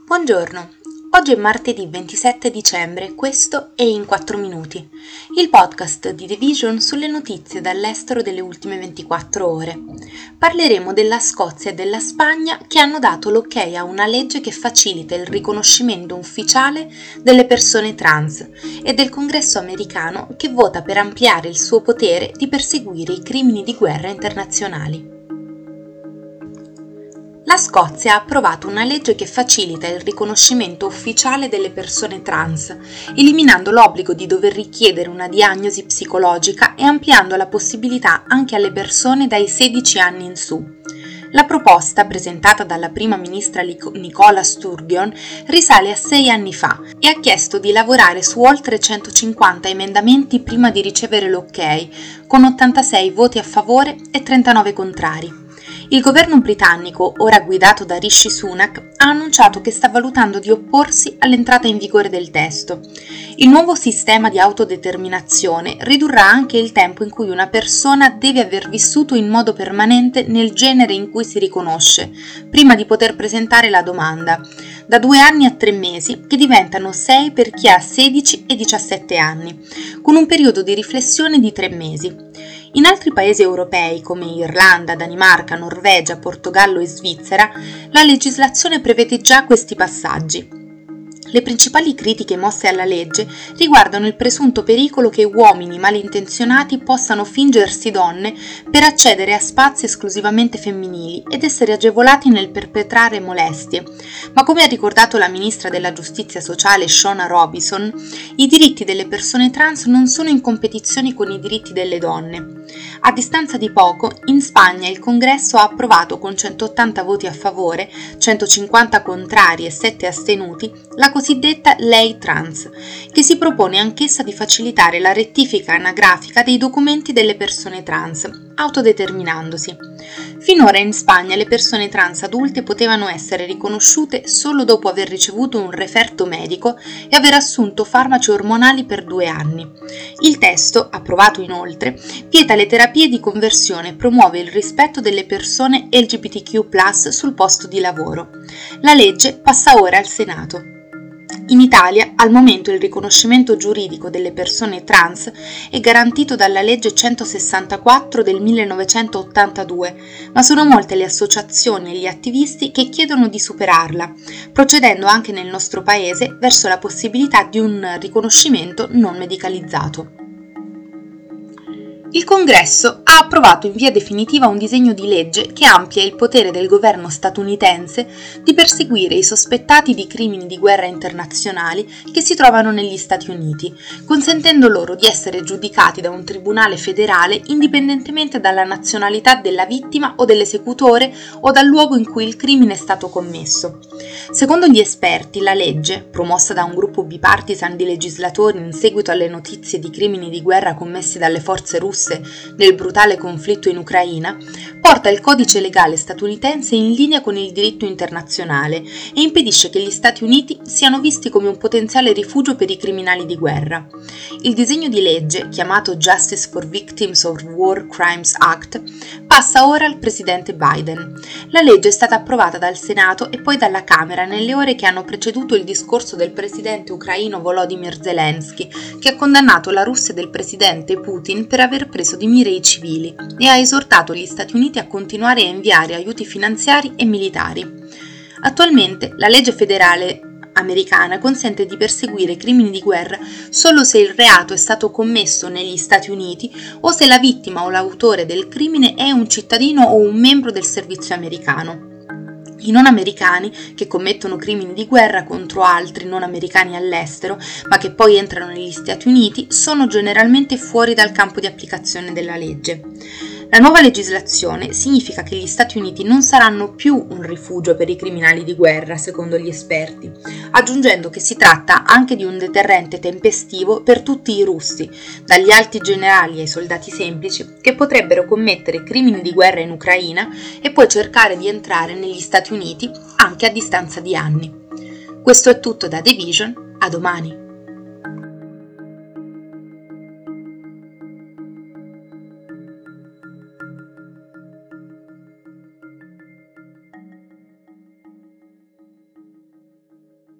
Buongiorno, oggi è martedì 27 dicembre, questo è In 4 Minuti, il podcast di The Vision sulle notizie dall'estero delle ultime 24 ore. Parleremo della Scozia e della Spagna che hanno dato l'ok a una legge che facilita il riconoscimento ufficiale delle persone trans e del Congresso americano che vota per ampliare il suo potere di perseguire i crimini di guerra internazionali. La Scozia ha approvato una legge che facilita il riconoscimento ufficiale delle persone trans, eliminando l'obbligo di dover richiedere una diagnosi psicologica e ampliando la possibilità anche alle persone dai 16 anni in su. La proposta, presentata dalla prima ministra Nicola Sturgeon, risale a 6 anni fa e ha chiesto di lavorare su oltre 150 emendamenti prima di ricevere l'ok, con 86 voti a favore e 39 contrari. Il governo britannico, ora guidato da Rishi Sunak, ha annunciato che sta valutando di opporsi all'entrata in vigore del testo. Il nuovo sistema di autodeterminazione ridurrà anche il tempo in cui una persona deve aver vissuto in modo permanente nel genere in cui si riconosce, prima di poter presentare la domanda, da 2 anni a 3 mesi, che diventano 6 per chi ha 16 e 17 anni, con un periodo di riflessione di 3 mesi. In altri paesi europei come Irlanda, Danimarca, Norvegia, Portogallo e Svizzera, la legislazione prevede già questi passaggi. Le principali critiche mosse alla legge riguardano il presunto pericolo che uomini malintenzionati possano fingersi donne per accedere a spazi esclusivamente femminili ed essere agevolati nel perpetrare molestie. Ma come ha ricordato la ministra della Giustizia Sociale Shona Robinson, i diritti delle persone trans non sono in competizione con i diritti delle donne. A distanza di poco, in Spagna il Congresso ha approvato con 180 voti a favore, 150 contrari e 7 astenuti la cosiddetta Ley Trans, che si propone anch'essa di facilitare la rettifica anagrafica dei documenti delle persone trans, autodeterminandosi. Finora in Spagna le persone trans adulte potevano essere riconosciute solo dopo aver ricevuto un referto medico e aver assunto farmaci ormonali per 2 anni. Il testo, approvato inoltre, vieta le terapie di conversione e promuove il rispetto delle persone LGBTQ+ sul posto di lavoro. La legge passa ora al Senato. In Italia, al momento il riconoscimento giuridico delle persone trans è garantito dalla legge 164 del 1982, ma sono molte le associazioni e gli attivisti che chiedono di superarla, procedendo anche nel nostro paese verso la possibilità di un riconoscimento non medicalizzato. Il Congresso ha approvato in via definitiva un disegno di legge che amplia il potere del governo statunitense di perseguire i sospettati di crimini di guerra internazionali che si trovano negli Stati Uniti, consentendo loro di essere giudicati da un tribunale federale indipendentemente dalla nazionalità della vittima o dell'esecutore o dal luogo in cui il crimine è stato commesso. Secondo gli esperti, la legge, promossa da un gruppo bipartisan di legislatori in seguito alle notizie di crimini di guerra commessi dalle forze russe nel brutale conflitto in Ucraina, porta il codice legale statunitense in linea con il diritto internazionale e impedisce che gli Stati Uniti siano visti come un potenziale rifugio per i criminali di guerra. Il disegno di legge, chiamato Justice for Victims of War Crimes Act, passa ora al presidente Biden. La legge è stata approvata dal Senato e poi dalla Camera nelle ore che hanno preceduto il discorso del presidente ucraino Volodymyr Zelensky, che ha condannato la Russia del presidente Putin per aver preso di mira i civili e ha esortato gli Stati Uniti a continuare a inviare aiuti finanziari e militari. Attualmente la legge federale americana consente di perseguire crimini di guerra solo se il reato è stato commesso negli Stati Uniti o se la vittima o l'autore del crimine è un cittadino o un membro del servizio americano. I non americani, che commettono crimini di guerra contro altri non americani all'estero, ma che poi entrano negli Stati Uniti, sono generalmente fuori dal campo di applicazione della legge. La nuova legislazione significa che gli Stati Uniti non saranno più un rifugio per i criminali di guerra, secondo gli esperti, aggiungendo che si tratta anche di un deterrente tempestivo per tutti i russi, dagli alti generali ai soldati semplici, che potrebbero commettere crimini di guerra in Ucraina e poi cercare di entrare negli Stati Uniti anche a distanza di anni. Questo è tutto da The Vision, a domani.